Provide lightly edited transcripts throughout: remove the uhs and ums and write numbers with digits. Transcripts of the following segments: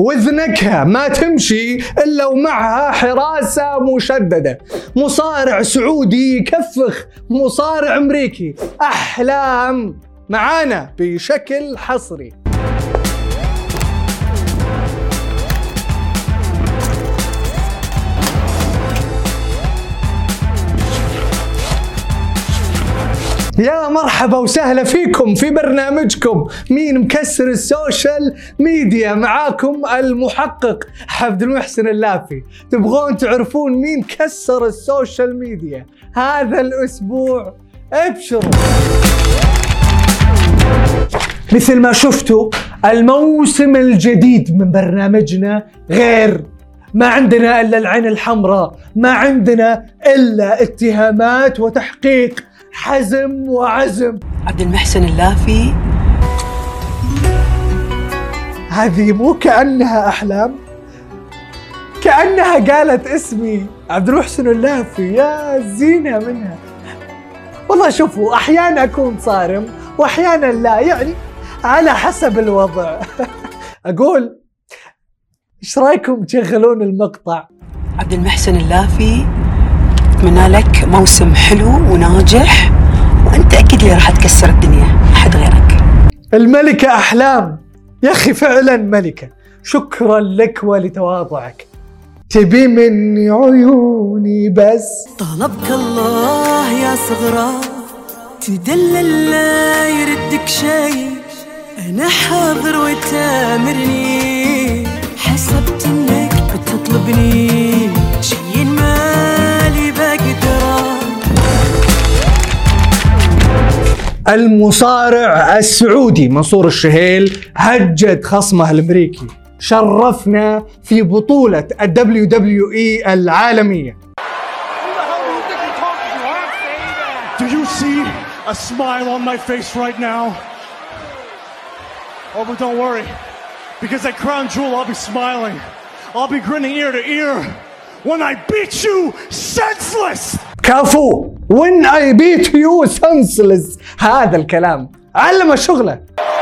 وذنكها ما تمشي إلا ومعها حراسة مشددة. مصارع سعودي يكفخ مصارع أمريكي. أحلام معانا بشكل حصري. يا مرحبا وسهلا فيكم في برنامجكم مين مكسر السوشيال ميديا. معاكم المحقق عبد المحسن اللافي. تبغون تعرفون مين كسر السوشيال ميديا هذا الأسبوع؟ ابشروا. مثل ما شفتوا الموسم الجديد من برنامجنا غير. ما عندنا إلا العين الحمراء، ما عندنا إلا اتهامات وتحقيق، حزم وعزم. عبد المحسن اللافي. هذه مو كأنها أحلام، كأنها قالت اسمي عبد المحسن اللافي. يا زينة منها والله. شوفوا، أحيانا أكون صارم وأحيانا لا، يعني على حسب الوضع. أقول إيش رأيكم تشغلون المقطع؟ عبد المحسن اللافي، أتمنى لك موسم حلو وناجح، وأنت أكيد اللي راح تكسر الدنيا، أحد غيرك. الملكة أحلام، يا أخي فعلا ملكة. شكرا لك ولتواضعك. تبي مني عيوني بس، طلبك الله يا صغرى، تدلل لا يردك شيء، أنا حاضر وتامرني، حسبت إنك بتطلبني شيء مالي بقدره. المصارع السعودي منصور الشهيل هجد خصمه الأمريكي. شرفنا في بطولة WWE العالمية. Do you see a smile on my face right now? Oh, but don't worry, because at Crown Jewel I'll be smiling. I'll be grinning ear to ear when I beat you senseless. كفو. When I beat you senseless. هذا الكلام علم شغله.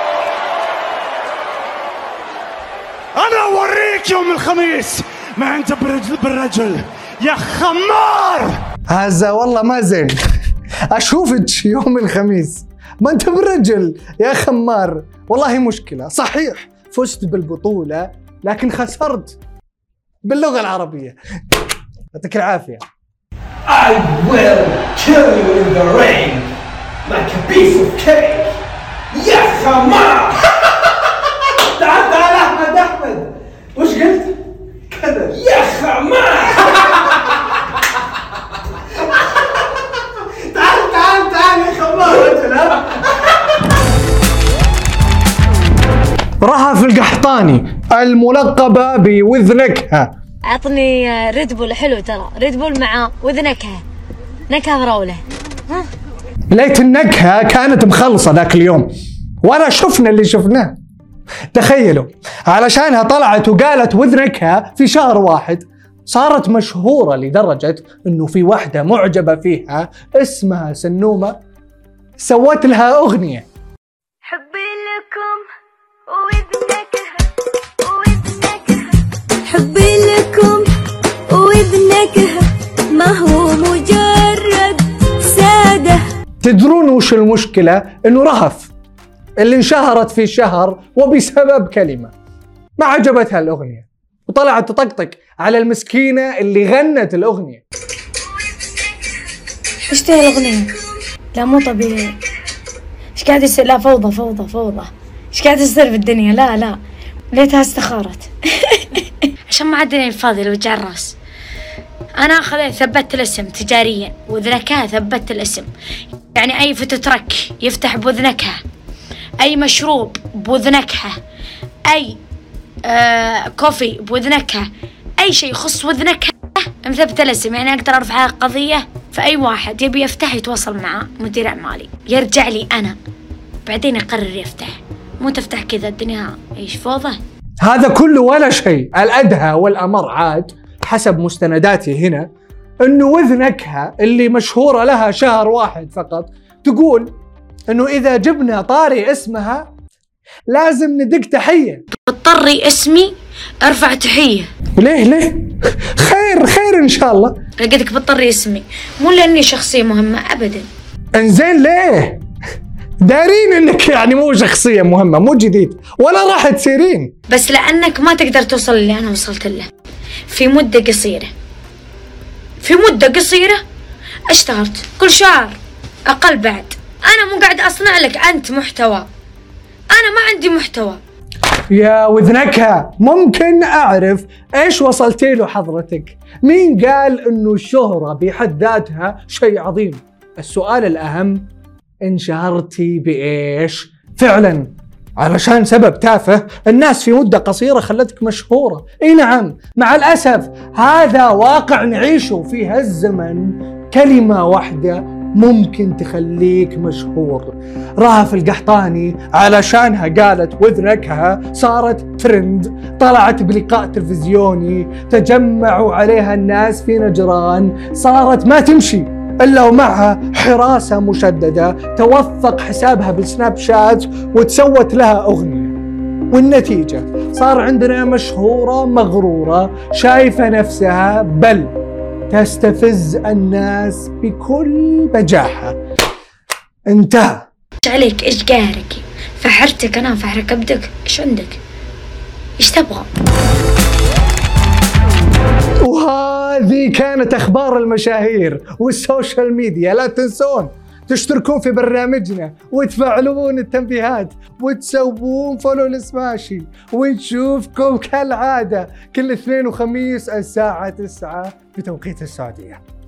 أنا أوريك يوم الخميس ما أنت بالرجل يا خمار. هذا والله ما زين. أشوفك يوم الخميس ما أنت بالرجل يا خمار. والله مشكلة. صحيح فزت بالبطولة لكن خسرت باللغة العربية. يعطيك العافية. I will kill you in the rain like a piece of cake. يا خمار. تعال أحمد وش قلت؟ كذا يا خمار. تعال يا خمار رجل. رهف القحطاني الملقبة بوذنكها. عطني ريد بول حلو، ترى ريد بول مع وذنكها، نكهة فراولة. ليت النكهة كانت مخلصة ذاك اليوم وأنا شفنا اللي شفناه. تخيلوا علشانها طلعت وقالت وذنكها في شهر واحد صارت مشهورة لدرجة إنه في واحدة معجبة فيها اسمها سنومة سوت لها أغنية. حبي لكم وذنكها حبي لكم وذنكها ما هو مجرد سادة. تدرون وش المشكلة؟ إنه رهف اللي انشهرت في شهر وبسبب كلمة ما عجبتها الأغنية وطلعت تطقطق على المسكينة اللي غنت الأغنية. ايش تهي الأغنية؟ لا مو طبيعي. ايش قاعد يصير؟ لا فوضى. ايش قاعد يصير بالدنيا؟ لا ليتها استخارت. عشان ما عندنا الفاضي لو وجع الراس. انا خذيت ثبت الاسم تجاريا، وذنكها ثبت الاسم. يعني اي فتوترك يفتح بوذنكها، اي مشروب بوذنكها، اي كوفي بوذنكها، اي شيء يخص وذنكها مثبت الاسم. يعني اقدر ارفع قضيه فاي واحد يبي يفتح يتواصل مع مدير اعمالي، يرجع لي انا بعدين يقرر يفتح. مو تفتح كذا الدنيا ايش فوضى. هذا كله ولا شيء. الأدهى والأمر عاد حسب مستنداتي هنا انه وذنكها اللي مشهورة لها شهر واحد فقط تقول انه اذا جبنا طاري اسمها لازم ندق تحية. بتطري اسمي ارفع تحية. ليه؟ خير إن شاء الله. لقيتك بتطري اسمي، مو لأني شخصية مهمة أبدا. انزين ليه؟ دارين انك يعني مو شخصية مهمة، مو جديد ولا راح تصيرين، بس لأنك ما تقدر توصل اللي أنا وصلت له في مدة قصيرة. في مدة قصيرة اشتهرت كل شهر أقل بعد. أنا مو قاعد أصنع لك أنت محتوى، أنا ما عندي محتوى. يا وذنكها، ممكن أعرف إيش وصلتي له حضرتك؟ مين قال إنه الشهرة بحد ذاتها شيء عظيم؟ السؤال الأهم، انشهرتي بإيش؟ فعلا علشان سبب تافه الناس في مدة قصيرة خلتك مشهورة. اي نعم، مع الأسف هذا واقع نعيشه في هالزمن. كلمة واحدة ممكن تخليك مشهور. رهف القحطاني علشانها قالت وذنكها صارت ترند، طلعت بلقاء تلفزيوني تجمعوا عليها الناس في نجران، صارت ما تمشي إلا ومعها حراسة مشددة، توثق حسابها بالسناب شات وتسوت لها أغنية. والنتيجة صار عندنا مشهورة مغرورة شايفة نفسها، بل تستفز الناس بكل بجاحة. انتهى. إيش عليك؟ إيش قاهرك؟ فحرتك أنا فحر كبدك؟ إيش عندك؟ إيش تبغى؟ وهذه كانت أخبار المشاهير والسوشيال ميديا. لا تنسون تشتركون في برنامجنا وتفعلون التنبيهات وتسوون فولو لسماشي، ونشوفكم كالعادة كل اثنين وخميس الساعة 9 بتوقيت السعودية.